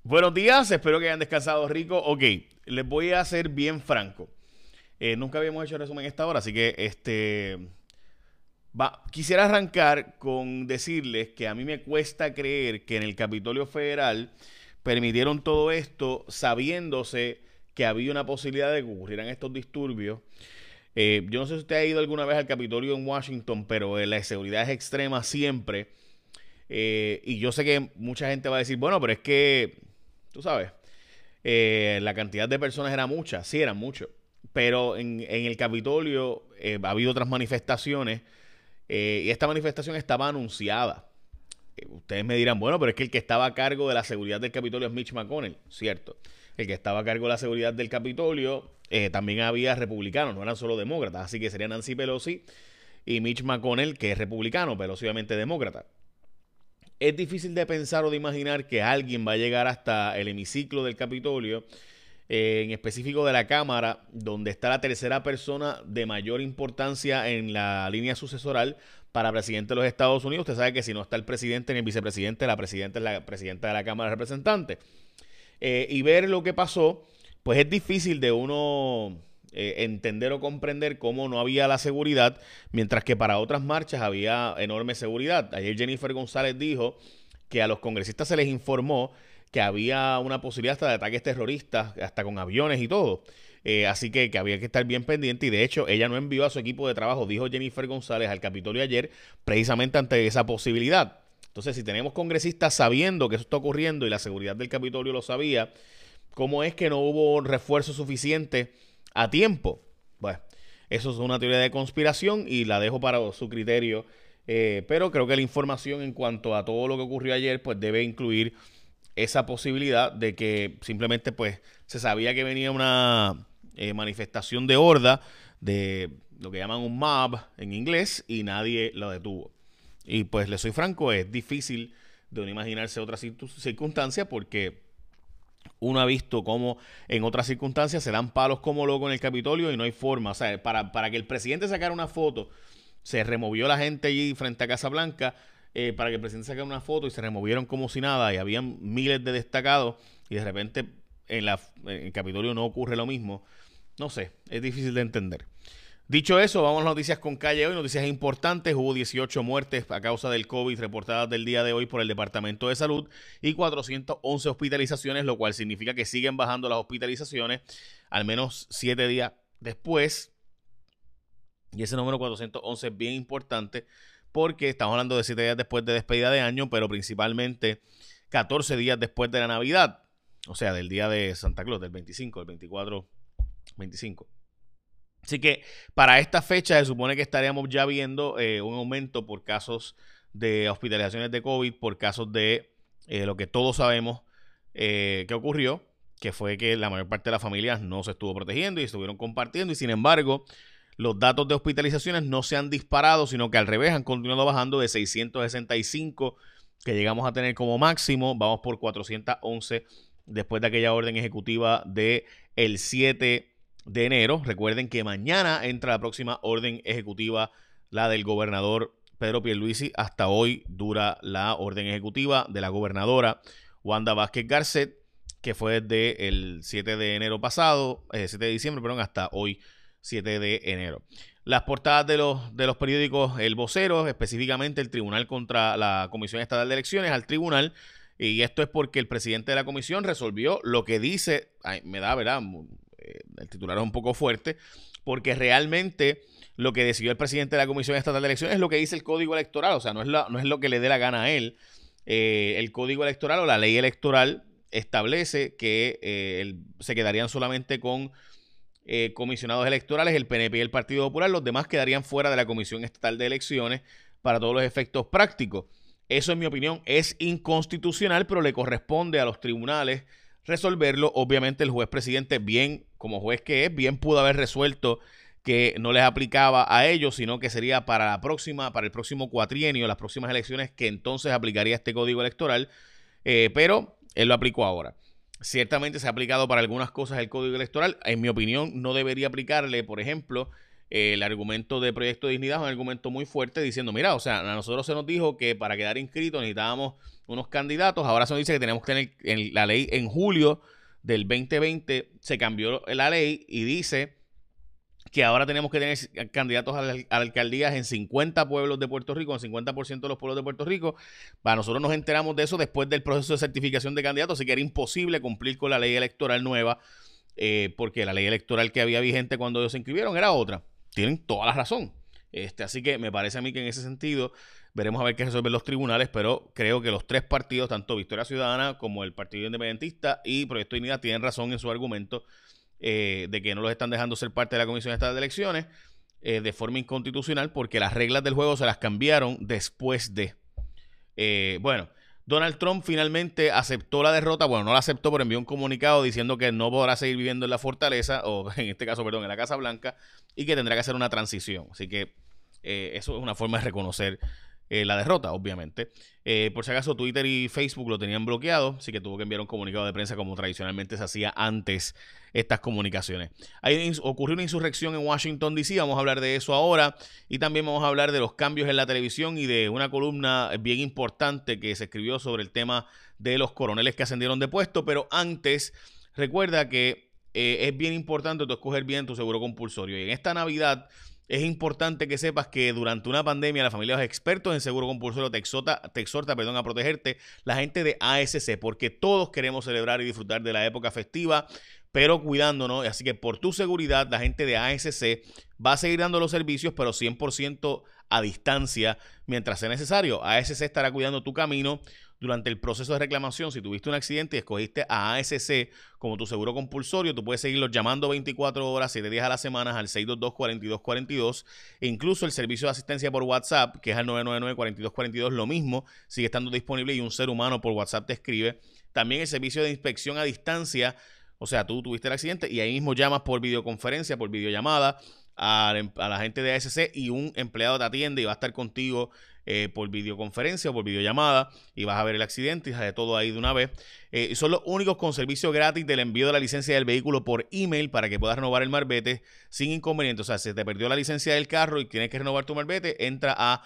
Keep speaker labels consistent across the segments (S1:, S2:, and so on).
S1: Buenos días, espero que hayan descansado rico. Ok, les voy a ser bien franco. Nunca habíamos hecho resumen a esta hora, así que quisiera arrancar con decirles que a mí me cuesta creer que en el Capitolio Federal permitieron todo esto sabiéndose que había una posibilidad de que ocurrieran estos disturbios. Yo no sé si usted ha ido alguna vez al Capitolio en Washington, pero la seguridad es extrema siempre. Y yo sé que mucha gente va a decir, bueno, pero es que, tú sabes, la cantidad de personas era mucha, sí, eran muchos. Pero en el Capitolio ha habido otras manifestaciones y esta manifestación estaba anunciada. Ustedes me dirán, bueno, pero es que el que estaba a cargo de la seguridad del Capitolio es Mitch McConnell, cierto. El que estaba a cargo de la seguridad del Capitolio también había republicanos, no eran solo demócratas, así que serían Nancy Pelosi y Mitch McConnell, que es republicano, pero obviamente demócrata. Es difícil de pensar o de imaginar que alguien va a llegar hasta el hemiciclo del Capitolio, en específico de la Cámara, donde está la tercera persona de mayor importancia en la línea sucesoral para presidente de los Estados Unidos. Usted sabe que si no está el presidente ni el vicepresidente, la presidenta es la presidenta de la Cámara de Representantes. Y ver lo que pasó, pues es difícil de uno entender o comprender cómo no había la seguridad, mientras que para otras marchas había enorme seguridad. Ayer Jennifer González dijo que a los congresistas se les informó que había una posibilidad hasta de ataques terroristas, hasta con aviones y todo. Así que había que estar bien pendiente y de hecho ella no envió a su equipo de trabajo, dijo Jennifer González, al Capitolio ayer, precisamente ante esa posibilidad. Entonces, si tenemos congresistas sabiendo que eso está ocurriendo y la seguridad del Capitolio lo sabía, ¿cómo es que no hubo refuerzo suficiente a tiempo? Bueno, eso es una teoría de conspiración y la dejo para su criterio. Pero creo que la información en cuanto a todo lo que ocurrió ayer, pues debe incluir esa posibilidad de que simplemente pues se sabía que venía una manifestación de horda, de lo que llaman un mob en inglés, y nadie lo detuvo. Y pues le soy franco, es difícil de uno imaginarse otra circunstancia porque uno ha visto cómo en otras circunstancias se dan palos como loco en el Capitolio y no hay forma. O sea, para que el presidente sacara una foto, se removió la gente allí frente a Casa Blanca, para que el presidente sacara una foto y se removieron como si nada y habían miles de destacados y de repente en el Capitolio no ocurre lo mismo. No sé, es difícil de entender. Dicho eso, vamos a las noticias con calle hoy, noticias importantes. Hubo 18 muertes a causa del COVID reportadas del día de hoy por el Departamento de Salud y 411 hospitalizaciones, lo cual significa que siguen bajando las hospitalizaciones al menos 7 días después. Y ese número 411 es bien importante porque estamos hablando de 7 días después de despedida de año, pero principalmente 14 días después de la Navidad, o sea, del día de Santa Claus, del 25, del 24, 25. Así que para esta fecha se supone que estaríamos ya viendo un aumento por casos de hospitalizaciones de COVID, por casos de lo que todos sabemos que ocurrió, que fue que la mayor parte de las familias no se estuvo protegiendo y estuvieron compartiendo, y sin embargo los datos de hospitalizaciones no se han disparado, sino que al revés han continuado bajando de 665 que llegamos a tener como máximo, vamos por 411 después de aquella orden ejecutiva de el 7 de enero. Recuerden que mañana entra la próxima orden ejecutiva, la del gobernador Pedro Pierluisi. Hasta hoy dura la orden ejecutiva de la gobernadora Wanda Vázquez Garcet, que fue desde el 7 de enero pasado, 7 de diciembre, perdón, hasta hoy 7 de enero. Las portadas de los periódicos El Vocero, específicamente el Tribunal contra la Comisión Estatal de Elecciones, al tribunal, y esto es porque el presidente de la comisión resolvió lo que dice, me da, ¿verdad? El titular es un poco fuerte, porque realmente lo que decidió el presidente de la Comisión Estatal de Elecciones es lo que dice el Código Electoral, o sea, no es lo que le dé la gana a él. El Código Electoral o la ley electoral establece que se quedarían solamente con comisionados electorales, el PNP y el Partido Popular, los demás quedarían fuera de la Comisión Estatal de Elecciones para todos los efectos prácticos. Eso, en mi opinión, es inconstitucional, pero le corresponde a los tribunales resolverlo. Obviamente el juez presidente, bien como juez que es, bien pudo haber resuelto que no les aplicaba a ellos, sino que sería para el próximo cuatrienio, las próximas elecciones, que entonces aplicaría este código electoral, pero él lo aplicó ahora. Ciertamente se ha aplicado para algunas cosas el código electoral. En mi opinión, no debería aplicarle, por ejemplo, el argumento de Proyecto de Dignidad es un argumento muy fuerte diciendo, mira, o sea, a nosotros se nos dijo que para quedar inscritos necesitábamos unos candidatos, ahora se nos dice que tenemos que tener en la ley en julio del 2020, se cambió la ley y dice que ahora tenemos que tener candidatos a la alcaldías en 50 pueblos de Puerto Rico, en 50% de los pueblos de Puerto Rico. Para nosotros nos enteramos de eso después del proceso de certificación de candidatos, así que era imposible cumplir con la ley electoral nueva, porque la ley electoral que había vigente cuando ellos se inscribieron era otra. Tienen toda la razón. Así que me parece a mí que en ese sentido veremos a ver qué resuelven los tribunales, pero creo que los tres partidos, tanto Victoria Ciudadana como el Partido Independentista y Proyecto de Dignidad, tienen razón en su argumento de que no los están dejando ser parte de la Comisión Estatal de Elecciones de forma inconstitucional, porque las reglas del juego se las cambiaron después de. Bueno, Donald Trump finalmente aceptó la derrota. Bueno, no la aceptó, pero envió un comunicado diciendo que no podrá seguir viviendo en la fortaleza, o en este caso, perdón, en la Casa Blanca, y que tendrá que hacer una transición. Así que eso es una forma de reconocer la derrota, obviamente. Por si acaso, Twitter y Facebook lo tenían bloqueado, así que tuvo que enviar un comunicado de prensa como tradicionalmente se hacía antes estas comunicaciones. Ahí ocurrió una insurrección en Washington, D.C., vamos a hablar de eso ahora, y también vamos a hablar de los cambios en la televisión y de una columna bien importante que se escribió sobre el tema de los coroneles que ascendieron de puesto, pero antes, recuerda que es bien importante tú escoger bien tu seguro compulsorio, y en esta Navidad es importante que sepas que durante una pandemia la familia de los expertos en seguro compulsorio te exhorta a protegerte, la gente de ASC, porque todos queremos celebrar y disfrutar de la época festiva, pero cuidándonos. Así que por tu seguridad, la gente de ASC va a seguir dando los servicios, pero 100% a distancia mientras sea necesario. ASC estará cuidando tu camino durante el proceso de reclamación. Si tuviste un accidente y escogiste a ASC como tu seguro compulsorio, tú puedes seguirlos llamando 24 horas, 7 días a la semana al 622-4242. E incluso el servicio de asistencia por WhatsApp, que es al 999-4242, lo mismo, sigue estando disponible y un ser humano por WhatsApp te escribe. También el servicio de inspección a distancia, o sea, tú tuviste el accidente y ahí mismo llamas por videoconferencia, por videollamada a la gente de ASC y un empleado te atiende y va a estar contigo por videoconferencia o por videollamada y vas a ver el accidente y de todo ahí de una vez. Son los únicos con servicio gratis del envío de la licencia del vehículo por email para que puedas renovar el marbete sin inconveniente. O sea, si te perdió la licencia del carro y tienes que renovar tu marbete, entra a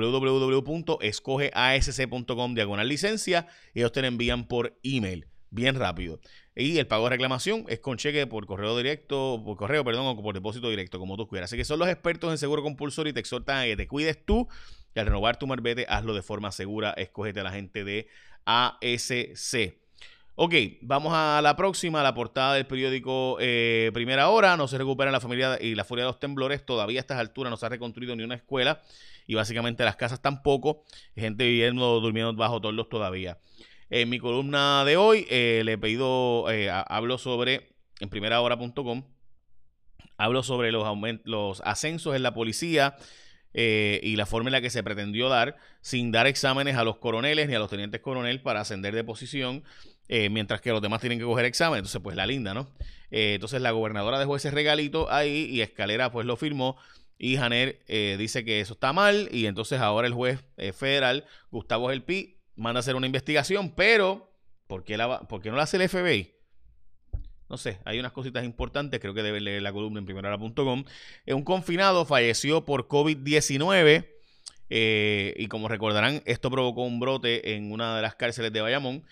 S1: www.escogeasc.com/licencia y ellos te la envían por email. Bien rápido. Y el pago de reclamación es con cheque, por correo directo, o por depósito directo, como tú quieras. Así que son los expertos en seguro compulsorio y te exhortan a que te cuides tú y al renovar tu marbete, hazlo de forma segura. Escógete a la gente de ASC. Ok, vamos a la próxima, la portada del periódico Primera Hora. No se recupera la familia y la furia de los temblores. Todavía a estas alturas no se ha reconstruido ni una escuela y básicamente las casas tampoco. Gente viviendo, durmiendo bajo toldos todavía. En mi columna de hoy le he pedido, hablo sobre, en primerahora.com, hablo sobre los ascensos en la policía y la forma en la que se pretendió dar, sin dar exámenes a los coroneles ni a los tenientes coronel para ascender de posición, mientras que los demás tienen que coger examen. Entonces, pues la linda, ¿no? Entonces la gobernadora dejó ese regalito ahí y Escalera pues lo firmó. Y Janer dice que eso está mal y entonces ahora el juez federal, Gustavo Gelpi, manda a hacer una investigación, pero ¿por qué no la hace el FBI? No sé, hay unas cositas importantes, creo que deben leer la columna en primerahora.com. Un confinado falleció por COVID-19 y como recordarán, esto provocó un brote en una de las cárceles de Bayamón.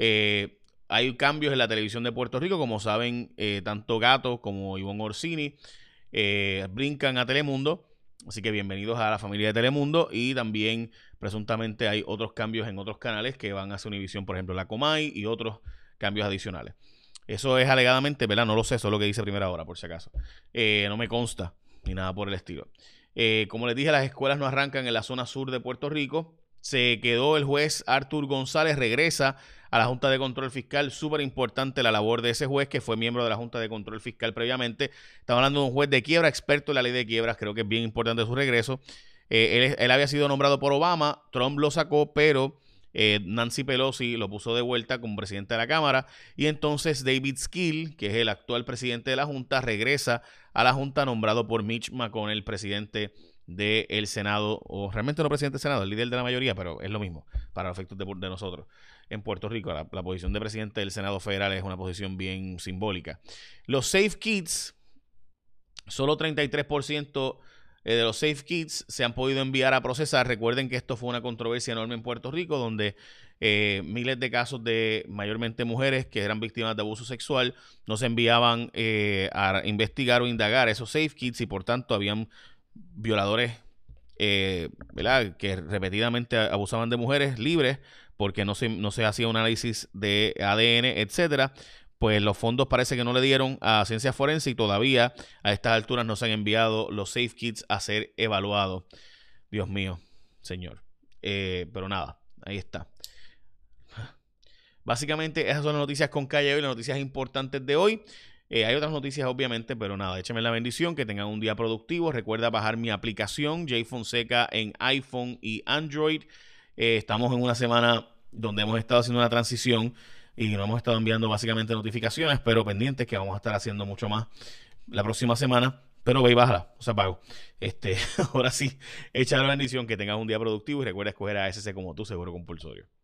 S1: Hay cambios en la televisión de Puerto Rico, como saben, tanto Gato como Ivonne Orsini brincan a Telemundo. Así que bienvenidos a la familia de Telemundo y también presuntamente hay otros cambios en otros canales que van a hacer Univisión, por ejemplo, la Comay y otros cambios adicionales. Eso es alegadamente, ¿verdad? No lo sé, eso es lo que dice Primera Hora, por si acaso. No me consta ni nada por el estilo. Como les dije, las escuelas no arrancan en la zona sur de Puerto Rico. Se quedó el juez Artur González, regresa a la Junta de Control Fiscal. Súper importante la labor de ese juez que fue miembro de la Junta de Control Fiscal previamente. Estamos hablando de un juez de quiebra, experto en la ley de quiebras. Creo que es bien importante su regreso. Él había sido nombrado por Obama, Trump lo sacó, pero Nancy Pelosi lo puso de vuelta como presidente de la Cámara. Y entonces David Skill, que es el actual presidente de la Junta, regresa a la Junta nombrado por Mitch McConnell, presidente del Senado, o realmente no presidente del Senado, el líder de la mayoría, pero es lo mismo para los efectos de nosotros. En Puerto Rico, la posición de presidente del Senado Federal es una posición bien simbólica. Los Safe Kids Solo 33% de los Safe Kits se han podido enviar a procesar. Recuerden que esto fue una controversia enorme en Puerto Rico, donde miles de casos de mayormente mujeres que eran víctimas de abuso sexual no se enviaban a investigar o indagar esos Safe Kits, y por tanto habían violadores, ¿verdad?, que repetidamente abusaban de mujeres libres porque no se hacía un análisis de ADN, etcétera. Pues los fondos parece que no le dieron a ciencia forense y todavía a estas alturas no se han enviado los Safe Kits a ser evaluados. Dios mío, señor. Pero nada, ahí está. Básicamente esas son las noticias con calle hoy, las noticias importantes de hoy. Hay otras noticias obviamente, pero nada, échenme la bendición, que tengan un día productivo. Recuerda bajar mi aplicación Jay Fonseca en iPhone y Android. Estamos en una semana donde hemos estado haciendo una transición y no hemos estado enviando básicamente notificaciones, pero pendientes que vamos a estar haciendo mucho más la próxima semana. Pero ve y bájala, o sea, pago. Ahora sí, echa la bendición, que tengas un día productivo y recuerda escoger a ASC como tu seguro compulsorio.